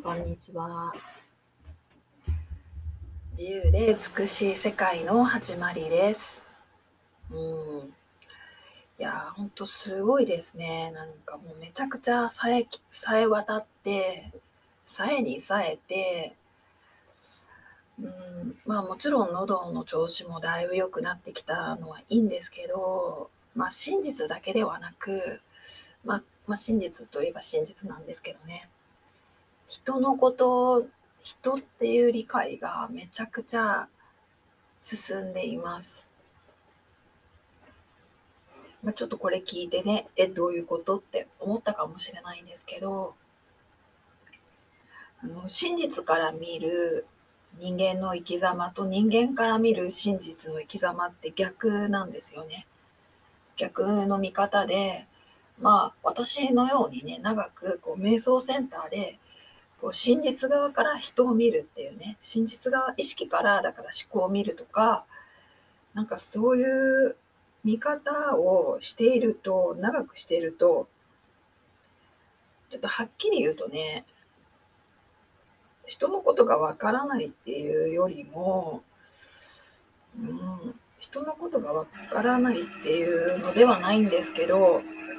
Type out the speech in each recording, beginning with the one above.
こんにちは。自由で美しい世界の始まりです。いやほんとすごいですね。なんかもうめちゃくちゃさえ渡って、さえにさえて、まあもちろん喉の調子もだいぶ良くなってきたのはいいんですけど、真実だけではなく、真実といえば真実なんですけどね。人のこと、人っていう理解がめちゃくちゃ進んでいます。ちょっとこれ聞いてね、どういうことって思ったかもしれないんですけど、真実から見る人間の生き様と人間から見る真実の生き様って逆なんですよね。逆の見方で、私のようにね、長く瞑想センターで真実側から人を見るっていうね、真実側、意識からだから思考を見るとか、なんかそういう見方をしていると、長くしていると、ちょっとはっきり言うとね、人のことがわからないっていうよりも、人のことがわからないっていうのではないんですけど、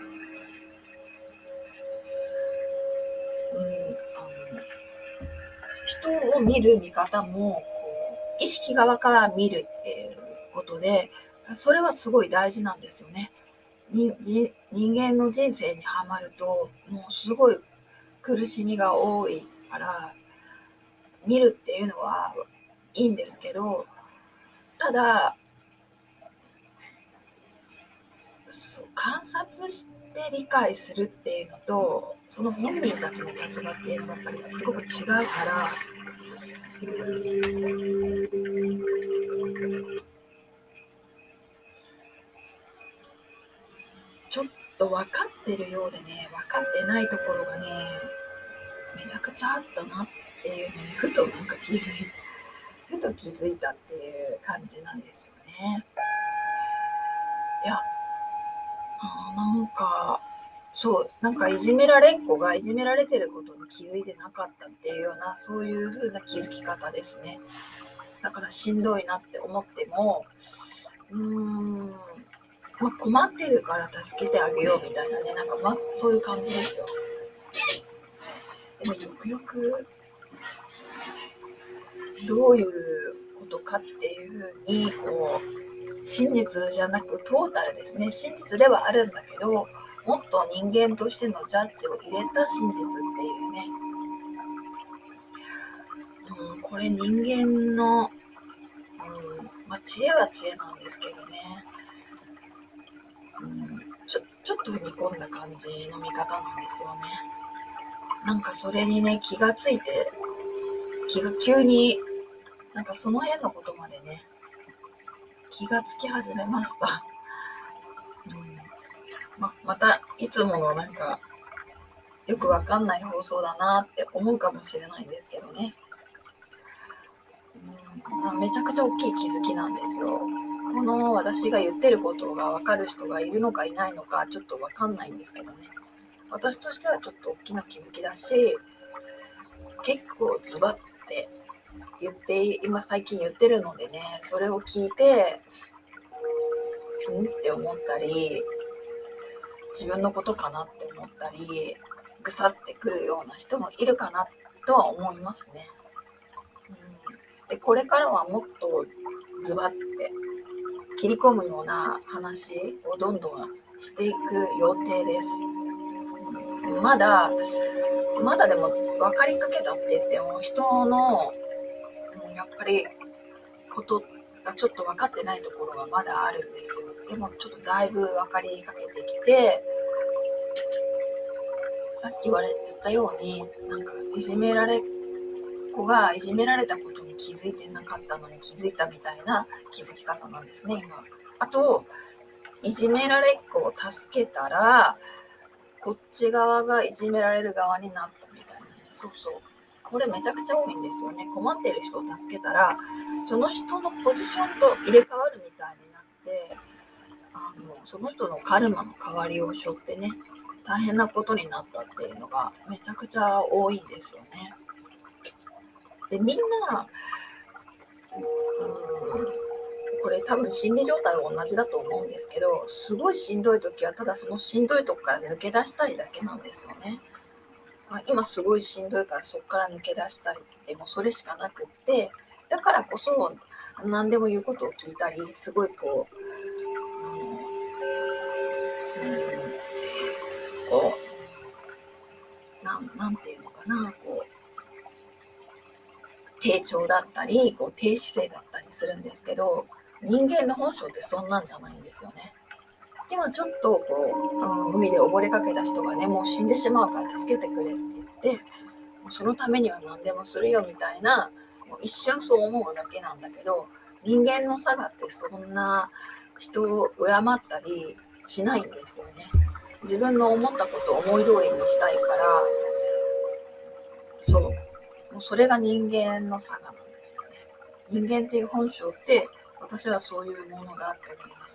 人を見る見方も意識側から見るっていうことで、それはすごい大事なんですよね。人間の人生にはまると、もうすごい苦しみが多いから、見るっていうのはいいんですけど、ただ、観察して理解するっていうのと、その本人たちの立場っていうのがやっぱりすごく違うから、ちょっと分かってるようでね、分かってないところがね、めちゃくちゃあったなっていうのにふと気づいたっていう感じなんですよね。いや、なんか、なんかいじめられっ子がいじめられてることに気づいてなかったっていうような、そういう風な気づき方ですね。だからしんどいなって思っても、困ってるから助けてあげようみたいなね、なんかそういう感じですよ。でもよくよくどういうことかっていう風に真実じゃなくトータルですね。真実ではあるんだけど、もっと人間としてのジャッジを入れた真実っていうね。これ人間の、知恵は知恵なんですけどね。ちょっと踏み込んだ感じの見方なんですよね。なんかそれにね、気が急に、なんかその辺のことまでね、気がつき始めました。またいつものなんかよくわかんない放送だなって思うかもしれないんですけどね。めちゃくちゃ大きい気づきなんですよ。この私が言ってることがわかる人がいるのかいないのかちょっとわかんないんですけどね。私としてはちょっと大きな気づきだし、結構ズバって今最近言ってるのでね、それを聞いて、って思ったり、自分のことかなって思ったり、ぐさってくるような人もいるかなとは思いますね。で、これからはもっとズバって切り込むような話をどんどんしていく予定です。まだでも分かりかけたって言っても人の、やっぱりことがちょっと分かってないところがまだあるんですよ。でもちょっとだいぶ分かりかけてきて、さっき言ったように、なんかいじめられっ子がいじめられたことに気づいてなかったのに気づいたみたいな気づき方なんですね、今。あと、いじめられっ子を助けたら、こっち側がいじめられる側になったみたいなね。これめちゃくちゃ多いんですよね。困ってる人を助けたら、その人のポジションと入れ替わるみたいになって、その人のカルマの代わりを背負ってね、大変なことになったっていうのがめちゃくちゃ多いんですよね。 で、みんな、これ多分心理状態は同じだと思うんですけど、すごいしんどい時はただそのしんどいとこから抜け出したいだけなんですよね。今すごいしんどいからそこから抜け出したいってもうそれしかなくって、だからこそ何でも言うことを聞いたり、すごいこう、こなんていうのかな、こう低調だったり、こう低姿勢だったりするんですけど、人間の本性ってそんなんじゃないんですよね。今ちょっと海で溺れかけた人がね、もう死んでしまうから助けてくれって言って、もうそのためには何でもするよみたいな、もう一瞬そう思うだけなんだけど、人間の差がってそんな人を敬ったりしないんですよね。自分の思ったことを思い通りにしたいから、もうそれが人間の差がなんですよね。人間っていう本性って私はそういうものだと思います。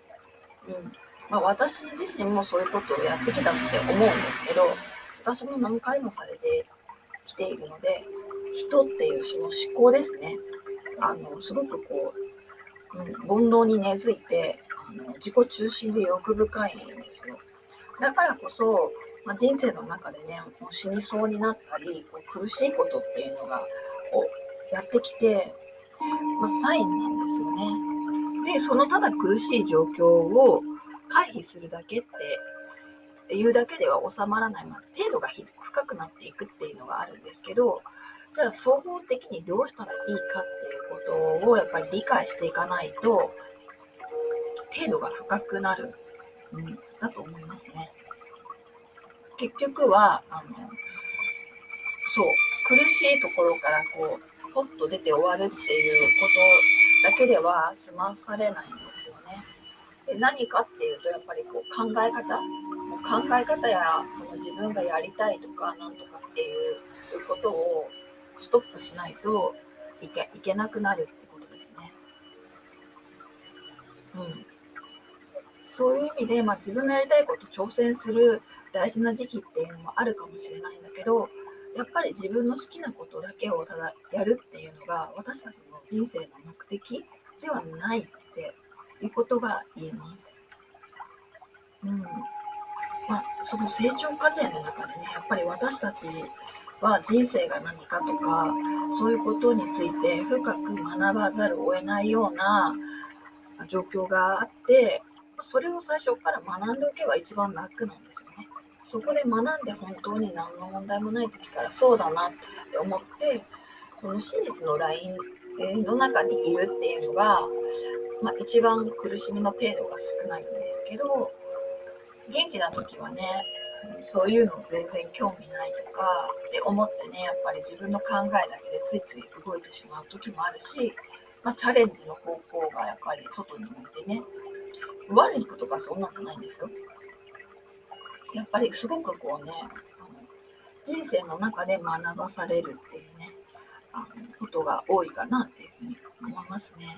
私自身もそういうことをやってきたって思うんですけど、私も何回もされてきているので、人っていうその思考ですね。すごく煩悩に根付いて、自己中心で欲深いんですよ。だからこそ、人生の中でね、もう死にそうになったり、苦しいことっていうのがやってきて、サインなんですよね。で、そのただ苦しい状況を回避するだけっていうだけでは収まらない、程度が深くなっていくっていうのがあるんですけど、じゃあ総合的にどうしたらいいかっていうことをやっぱり理解していかないと、程度が深くなる、だと思いますね。結局はそう苦しいところからポッと出て終わるっていうことだけでは済まされないんですよね。で、何かっていうとやっぱり考え方、考え方やその自分がやりたいとかなんとかっていうことをストップしないといけなくなるってことですね。そういう意味で、自分のやりたいこと挑戦する大事な時期っていうのもあるかもしれないんだけど、やっぱり自分の好きなことだけをただやるっていうのが私たちの人生の目的ではないっていうことが言えます。その成長過程の中でね、やっぱり私たちは人生が何かとか、そういうことについて深く学ばざるを得ないような状況があって、それを最初から学んでおけば一番楽なんですよね。そこで学んで本当に何の問題もない時からそうだなって思って、その真実のラインの中にいるっていうのが、一番苦しみの程度が少ないんですけど、元気な時はね、そういうの全然興味ないとかって思ってね、やっぱり自分の考えだけでついつい動いてしまう時もあるし、チャレンジの方向がやっぱり外に向いてね、悪いことがそんなのないんですよ。やっぱりすごく人生の中で学ばされるっていうね、ことが多いかなっていうふうに思いますね。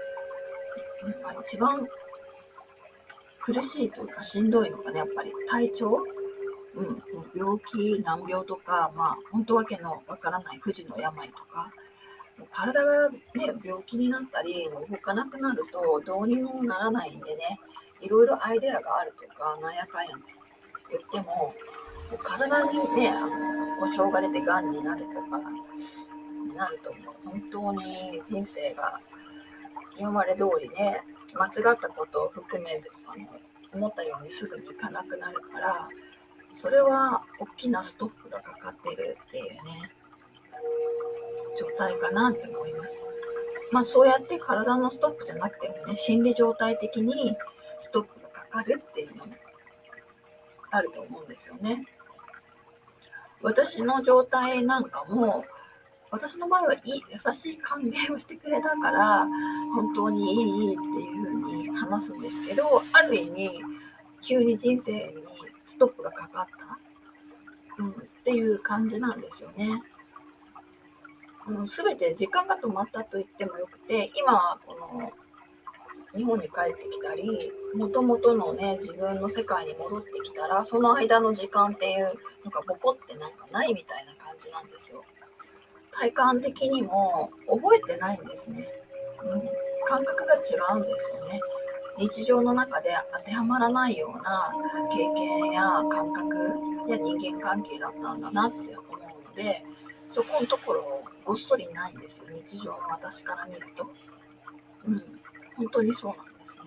一番苦しいというかしんどいのがね、やっぱり体調、病気、難病とか、本当わけのわからない不治の病とか、もう体がね、病気になったり、もう動かなくなるとどうにもならないんでね、いろいろアイデアがあるとか、なんやかんや言っても、もう体にね、故障が出て癌になるとか、になるともう本当に人生が今まで通りね、間違ったことを含めて思ったようにすぐにいかなくなるから、それは大きなストップがかかってるっていうね、状態かなって思います。そうやって体のストップじゃなくてもね、心理状態的にストップがかかるっていうのもあると思うんですよね。私の状態なんかも、私の場合はいい優しい歓迎をしてくれたから本当にいいっていう風に話すんですけど、ある意味急に人生にストップがかかった、っていう感じなんですよね。全て時間が止まったと言ってもよくて、今はこの日本に帰ってきたり、もともとのね自分の世界に戻ってきたら、その間の時間っていうのがボコってなんかないみたいな感じなんですよ。 体感的にも覚えてないんですね。感覚が違うんですよね。日常の中で当てはまらないような経験や感覚や人間関係だったんだなって思うので、そこのところごっそりないんですよ、日常の私から見ると。本当にそうなんですね。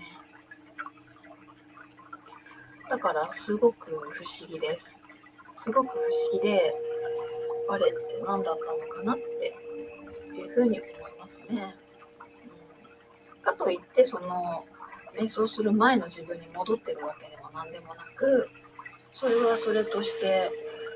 だからすごく不思議です。すごく不思議で、あれって何だったのかなっていうふうに思いますね。かといってその瞑想する前の自分に戻ってるわけでも何でもなく、それはそれとして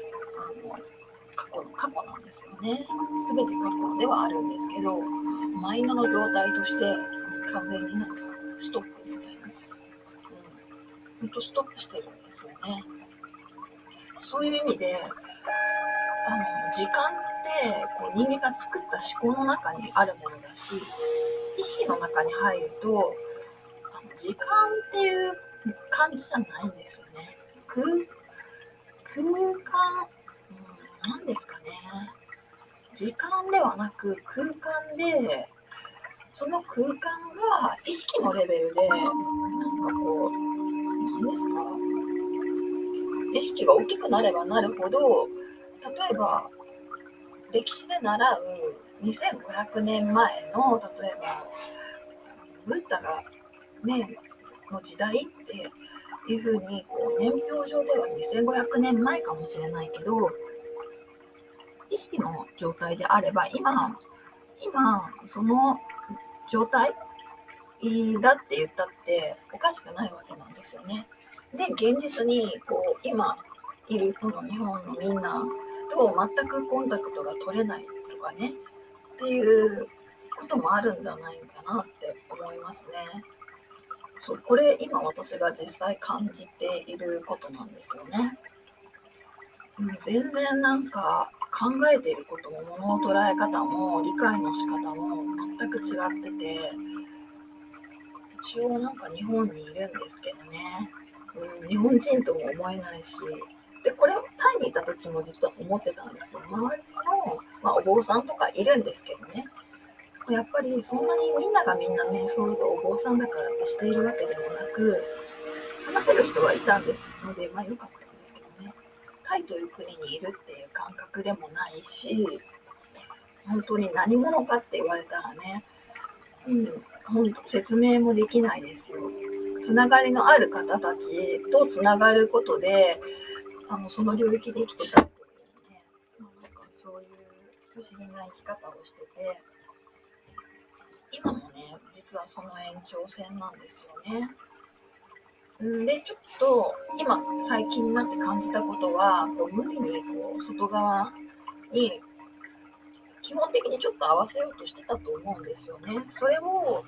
過去なんですよね。全て過去ではあるんですけど、マインドの状態として完全になんかストップみたいな、ほんとストップしてるんですよね。そういう意味で時間ってこう人間が作った思考の中にあるものだし、意識の中に入ると時間っていう感じじゃないんですよね。空間、なんですかね。時間ではなく空間で、その空間が意識のレベルで、なんかこう、なんですか、意識が大きくなればなるほど、例えば、歴史で習う2500年前の、例えば、ブッダがね、の時代っていうふうに、こう年表上では2500年前かもしれないけど、意識の状態であれば、今、その状態だって言ったっておかしくないわけなんですよね。で、現実にこう今いるこの日本のみんなと全くコンタクトが取れないとかね、っていうこともあるんじゃないかなって思いますね。そう、これ今私が実際感じていることなんですよね。全然なんか考えていることも物の捉え方も理解の仕方も全く違ってて、一応なんか日本にいるんですけどね、日本人とも思えないし、でこれをタイにいた時も実は思ってたんですよ。周りの、お坊さんとかいるんですけどね、やっぱりそんなにみんながみんな瞑想をお坊さんだからってしているわけでもなく、話せる人はいたんですので、良かったんですけどね、タイという国にいるっていう感覚でもないし、本当に何者かって言われたらね、本当説明もできないですよ。つながりのある方たちとつながることで、その領域で生きてたっていうね、なんかそういう不思議な生き方をしてて、今もね、実はその延長線なんですよね。で、ちょっと今最近になって感じたことは、こう無理にこう外側に基本的にちょっと合わせようとしてたと思うんですよね。それを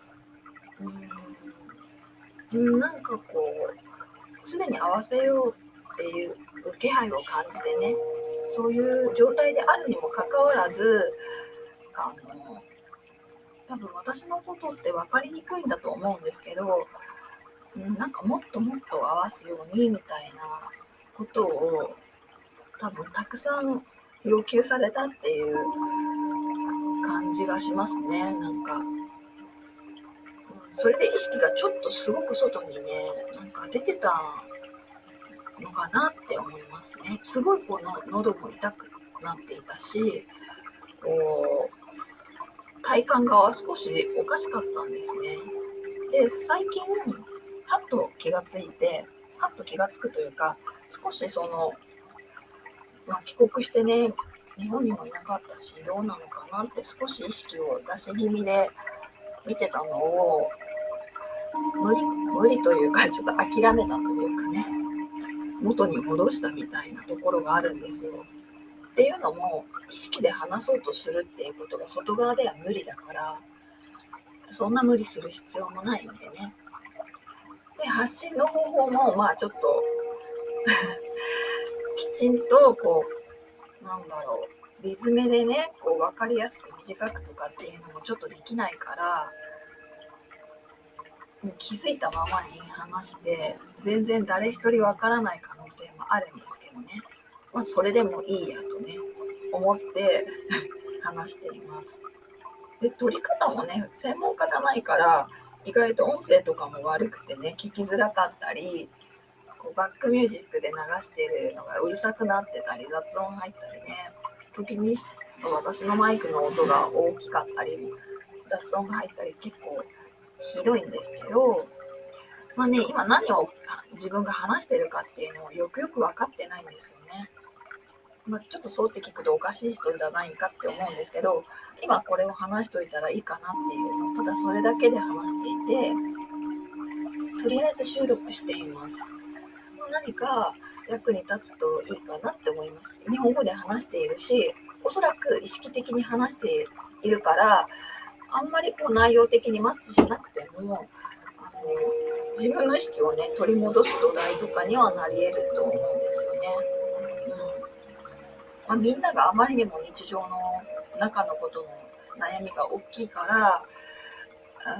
なんかこう常に合わせようっていう気配を感じてね、そういう状態であるにもかかわらず、多分私のことって分かりにくいんだと思うんですけど、なんかもっともっと合わすようにみたいなことを多分たくさん要求されたっていう感じがしますね。なんか、それで意識がちょっとすごく外にね、なんか出てたのかなって思いますね。すごいこの喉も痛くなっていたし、こう体感が少しおかしかったんですね。で、最近はっと気がついて、はっと気がつくというか、少しその、帰国してね、日本にもいなかったし、どうなのかなって少し意識を出し気味で見てたのを、無理というか、ちょっと諦めたというかね、元に戻したみたいなところがあるんですよ。っていうのも、意識で話そうとするっていうことが外側では無理だから、そんな無理する必要もないんでね。で、発信の方法も、ちょっときちんと、こう、リズムでね、こう、わかりやすく短くとかっていうのもちょっとできないから、もう気づいたままに話して、全然誰一人わからない可能性もあるんですけどね。それでもいいやとね、思って、 話しています。で、撮り方もね、専門家じゃないから意外と音声とかも悪くてね、聞きづらかったり、こうバックミュージックで流してるのがうるさくなってたり、雑音入ったりね、時に私のマイクの音が大きかったり、雑音が入ったり、結構ひどいんですけど、まあね、今何を自分が話してるかっていうのをよくよく分かってないんですよね。まあ、ちょっとそうって聞くとおかしい人じゃないかって思うんですけど、今これを話しといたらいいかなっていうのをただそれだけで話していて、とりあえず収録しています。何か役に立つといいかなって思います。日本語で話しているし、おそらく意識的に話しているから、あんまりこう内容的にマッチしなくても、自分の意識をね取り戻す土台とかにはなり得ると思うんですよね。まあ、みんながあまりにも日常の中のことの悩みが大きいから、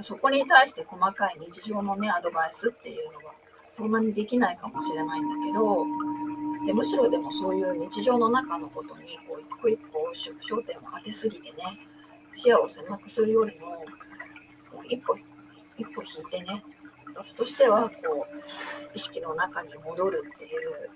そこに対して細かい日常のねアドバイスっていうのはそんなにできないかもしれないんだけど、でむしろでもそういう日常の中のことにこう一個一個焦点を当てすぎてね、視野を狭くするよりも一歩一歩引いてね、私としてはこう意識の中に戻るっていう、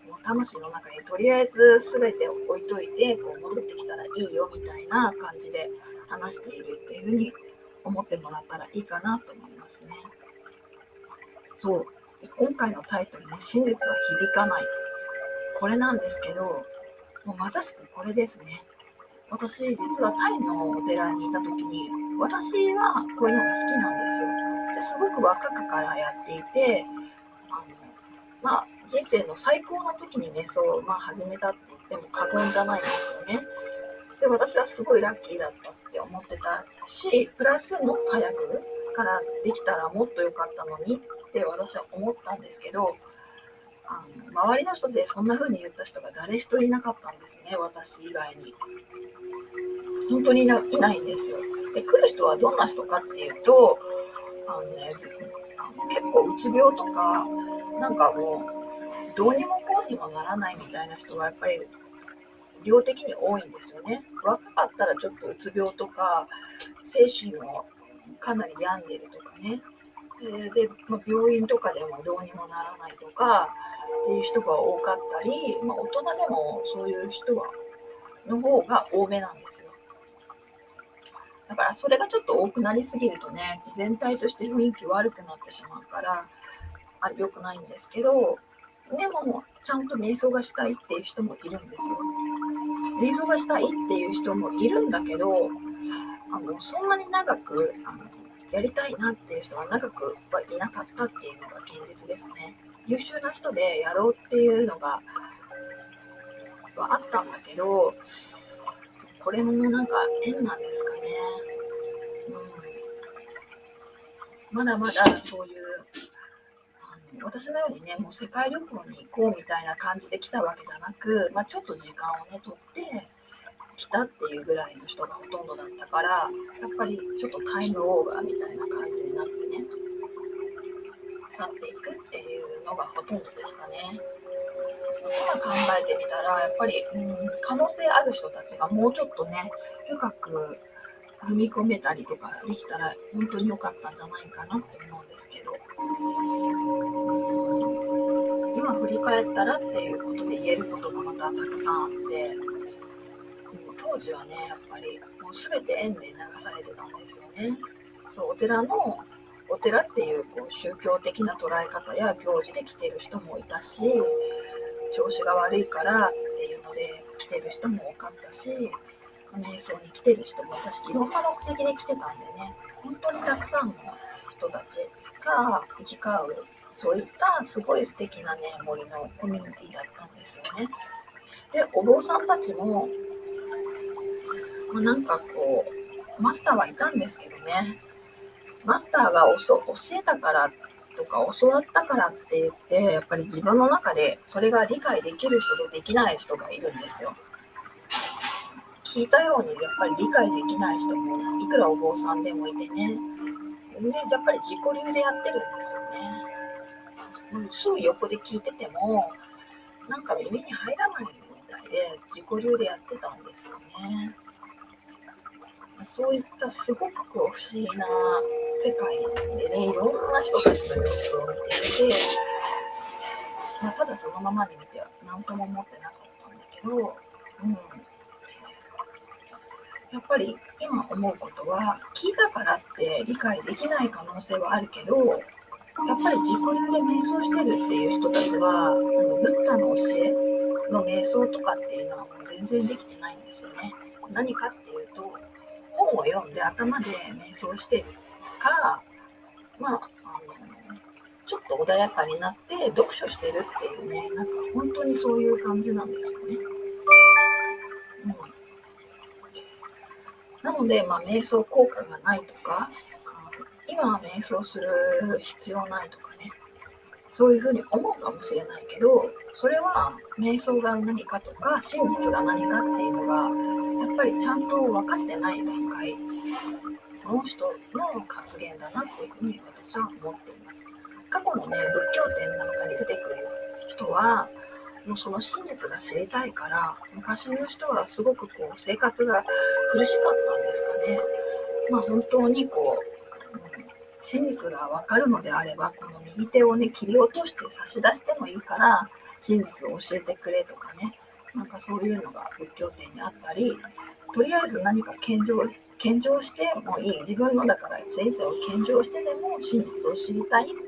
もう魂の中にとりあえず全てを置いといてこう戻ってきたらいいよみたいな感じで話しているっていうふうに思ってもらったらいいかなと思いますね。そうで、今回のタイトルね、真実は響かない、これなんですけど、もうまさしくこれですね。私実はタイのお寺にいた時に、私はこういうのが好きなんですよ。ですごく若くからやっていて、人生の最高の時に瞑想を始めたって言っても過言じゃないんですよね。で、私はすごいラッキーだったって思ってたし、プラスもっと早くからできたらもっと良かったのにって私は思ったんですけど、周りの人でそんな風に言った人が誰一人いなかったんですね、私以外に。本当にいないんですよ。で、来る人はどんな人かっていうと、結構うつ病とか、なんかもう、どうにもこうにもならないみたいな人がやっぱり量的に多いんですよね。若かったらちょっとうつ病とか、精神もかなり病んでるとかね。病院とかでもどうにもならないとかっていう人が多かったり、大人でもそういう人の方が多めなんですよ。だからそれがちょっと多くなりすぎるとね、全体として雰囲気悪くなってしまうから、あれ良くないんですけど、でもちゃんと瞑想がしたいっていう人もいるんですよ。瞑想がしたいっていう人もいるんだけど、そんなに長くやりたいなっていう人が長くはいなかったっていうのが現実ですね。優秀な人でやろうっていうのがあったんだけど、これもなんか変なんですかね。まだまだそういう私のようにね、もう世界旅行に行こうみたいな感じで来たわけじゃなく、ちょっと時間をね取って来たっていうぐらいの人がほとんどだったから、やっぱりちょっとタイムオーバーみたいな感じになってね、去っていくっていうのがほとんどでしたね。今考えてみたらやっぱり、可能性ある人たちがもうちょっとね深く踏み込めたりとかできたら本当に良かったんじゃないかなって思うんですけど、今振り返ったらっていうことで言えることがまたたくさんあって、当時はねやっぱりもう全て縁で流されてたんですよね。そう、お寺っていうこう宗教的な捉え方や行事で来てる人もいたし、調子が悪いからっていうので来てる人も多かったし、瞑想に来てる人もいたし、いろんな目的で来てたんでね、本当にたくさんの人たちが行き交う、そういったすごい素敵なね森のコミュニティだったんですよね。で、お坊さんたちも、なんかこうマスターはいたんですけどね、マスターが教えたからとか教わったからって言ってやっぱり自分の中でそれが理解できる人とできない人がいるんですよ。聞いたようにやっぱり理解できない人もいくらお坊さんでもいてね、でやっぱり自己流でやってるんですよね。すぐ横で聞いててもなんか耳に入らないみたいで自己流でやってたんですよね。 そういったすごく不思議な世界でね、いろんな人たちの様子を見ていて、ただそのままで見ては何とも思ってなかったんだけど、やっぱり今思うことは、聞いたからって理解できない可能性はあるけど、やっぱり自己流で瞑想してるっていう人たちは、ブッダの教えの瞑想とかっていうのはもう全然できてないんですよね。何かっていうと、本を読んで頭で瞑想してるか、ちょっと穏やかになって読書してるっていうね、本当にそういう感じなんですよね。なので、瞑想効果がないとか、今は瞑想する必要ないとかね、そういうふうに思うかもしれないけど、それは瞑想が何かとか真実が何かっていうのがやっぱりちゃんと分かってない段階の人の発言だなっていうふうに私は思っています。過去のね、仏教典なんかに出てくる人はもうその真実が知りたいから、昔の人はすごく生活が苦しかったんですかね。本当に真実が分かるのであれば、この右手をね、切り落として差し出してもいいから、真実を教えてくれとかね、そういうのが仏教典にあったり、とりあえず何か献上してもいい、自分のだから前世を献上してでも真実を知りたいっていう、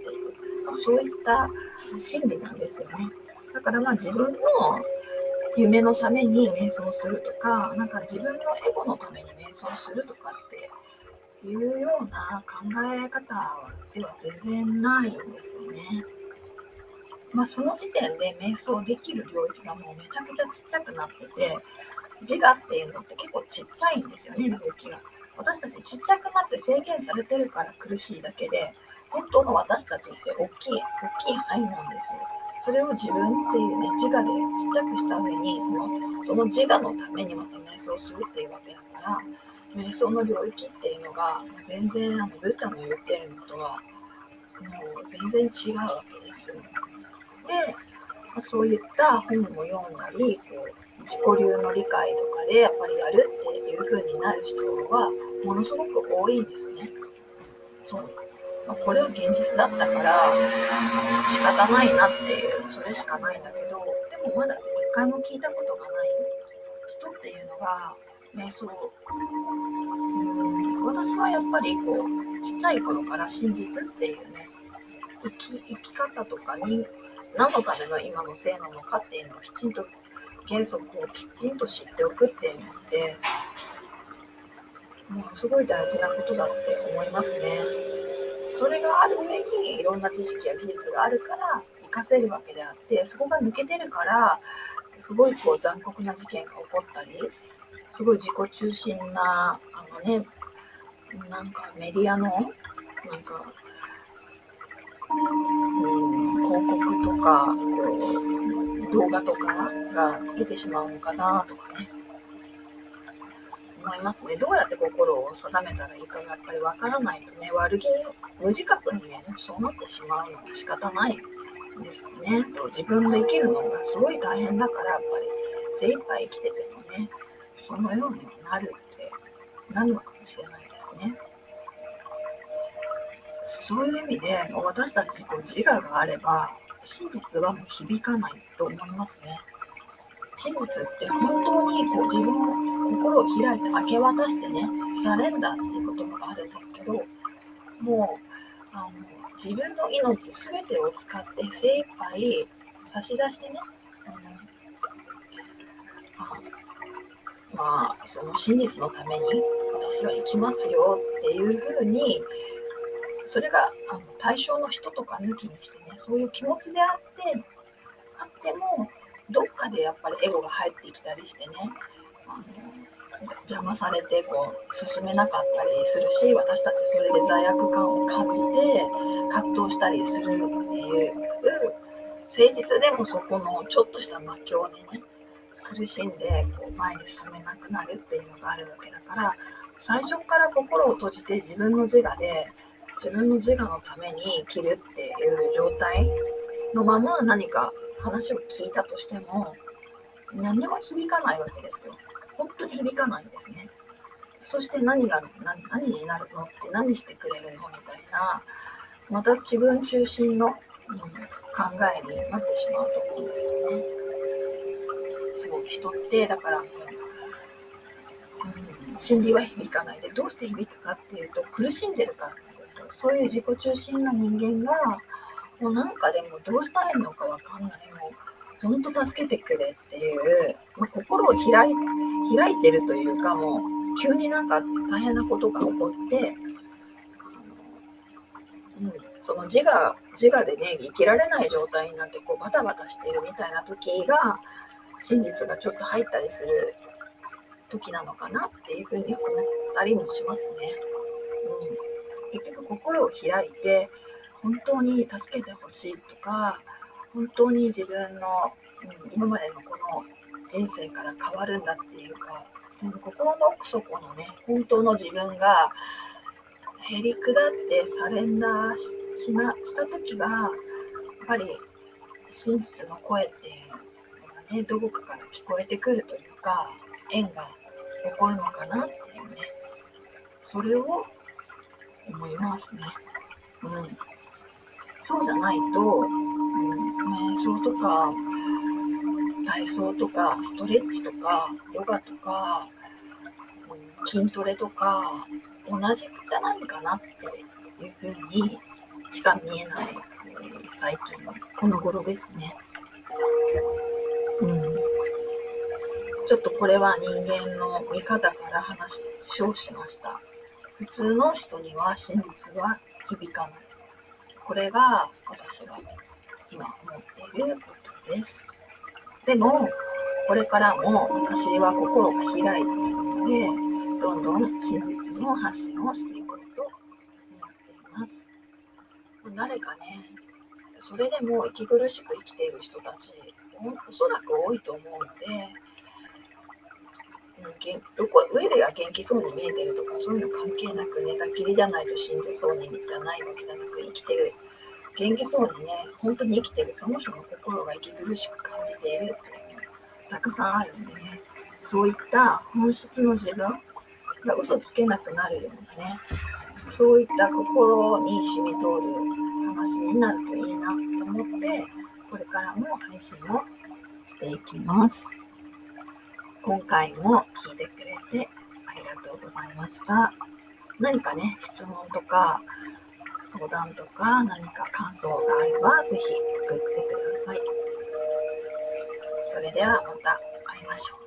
そういった心理なんですよね。だから自分の夢のために瞑想するとか、自分のエゴのために瞑想するとかっていうような考え方では全然ないんですよね。その時点で瞑想できる領域がもうめちゃくちゃちっちゃくなってて、自我っていうのって結構ちっちゃいんですよね、領域が。私たちちっちゃくなって制限されてるから苦しいだけで、本当の私たちって大きい範囲なんですよ。それを自分っていうね、自我でちっちゃくした上に、その自我のためにまた瞑想するっていうわけだから、瞑想の領域っていうのが全然ブッダの言ってるのとはもう全然違うわけですよ。で、そういった本を読んだり、自己流の理解とかでやっぱりやるっていう風になる人はものすごく多いんですね。そう。これは現実だったから仕方ないなっていう、それしかないんだけど、でもまだ一回も聞いたことがない人っていうのが瞑想、私はやっぱりちっちゃい頃から真実っていうね、生き方とかに何のための今の性なのかっていうのをきちんと、原則をきちんと知っておくっていうのってもうすごい大事なことだって思いますね。それがある上にいろんな知識や技術があるから活かせるわけであって、そこが抜けてるからすごい残酷な事件が起こったり、すごい自己中心なメディアの広告とか動画とかが出てしまうのかなとかね、思いますね。どうやって心を定めたらいいかがやっぱりわからないとね、悪気無自覚にね、そうなってしまうのが仕方ないんですよね。自分の生きるのがすごい大変だから、やっぱり精一杯生きててもね、そのようになるってなるのかもしれないですね。そういう意味で私たち自我があれば真実はもう響かないと思いますね。真実って本当に自分の心を開いて明け渡してね、サレンダーっていう言葉があるんですけど、もう自分の命すべてを使って精一杯差し出してね、その真実のために私は生きますよっていうふうに、それが対象の人とか抜きにしてね、そういう気持ちであっても、どっかでやっぱりエゴが入ってきたりしてね、邪魔されて進めなかったりするし、私たちそれで罪悪感を感じて葛藤したりするっていう、誠実でもそこのちょっとした魔境でね、苦しんで前に進めなくなるっていうのがあるわけだから、最初から心を閉じて自分の自我で自分の自我のために生きるっていう状態のまま何か話を聞いたとしても何も響かないわけですよ。本当に響かないんですね。 そして何になるのって、何してくれるのみたいな、また自分中心の、考えになってしまうと思うんですよね。そう、人ってだから心理は響かないで、どうして響くかっていうと、苦しんでるからなんですよ。そういう自己中心な人間が、もうなんかでもどうしたらいいのかわかんない。もう本当助けてくれっていう、心を開いてるというか、もう急になんか大変なことが起こって、その自我でね、生きられない状態になってこうバタバタしてるみたいな時が、真実がちょっと入ったりする時なのかなっていうふうに思ったりもしますね。結局心を開いて、本当に助けてほしいとか、本当に自分の、今までのこの人生から変わるんだっていうか、心の奥底のね、本当の自分がへりくだってサレンダーした時が、やっぱり真実の声っていうのがね、どこかから聞こえてくるというか、縁が起こるのかなっていうね、それを思いますね。そうじゃないと、瞑想とか体操とかストレッチとかヨガとか、筋トレとか同じじゃないかなっていうふうにしか見えない、最近この頃ですね。ちょっとこれは人間の見方から話をしました。普通の人には真実は響かない。これが私が今思っていることです。でも、これからも私は心が開いているので、どんどん真実の発信をしていこうと思っています。誰かね、それでも息苦しく生きている人たち、おそらく多いと思うので、上でが元気そうに見えてるとかそういうの関係なく、寝たきりじゃないとしんどそうにじゃないわけじゃなく、生きてる、元気そうにね、本当に生きてるその人の心が息苦しく感じているっていうのたくさんあるんでね、そういった本質の自分が嘘つけなくなるようなね、そういった心に染み通る話になるといいなと思って、これからも配信をしていきます。今回も聞いてくれてありがとうございました。何かね、質問とか相談とか何か感想があればぜひ送ってください。それではまた会いましょう。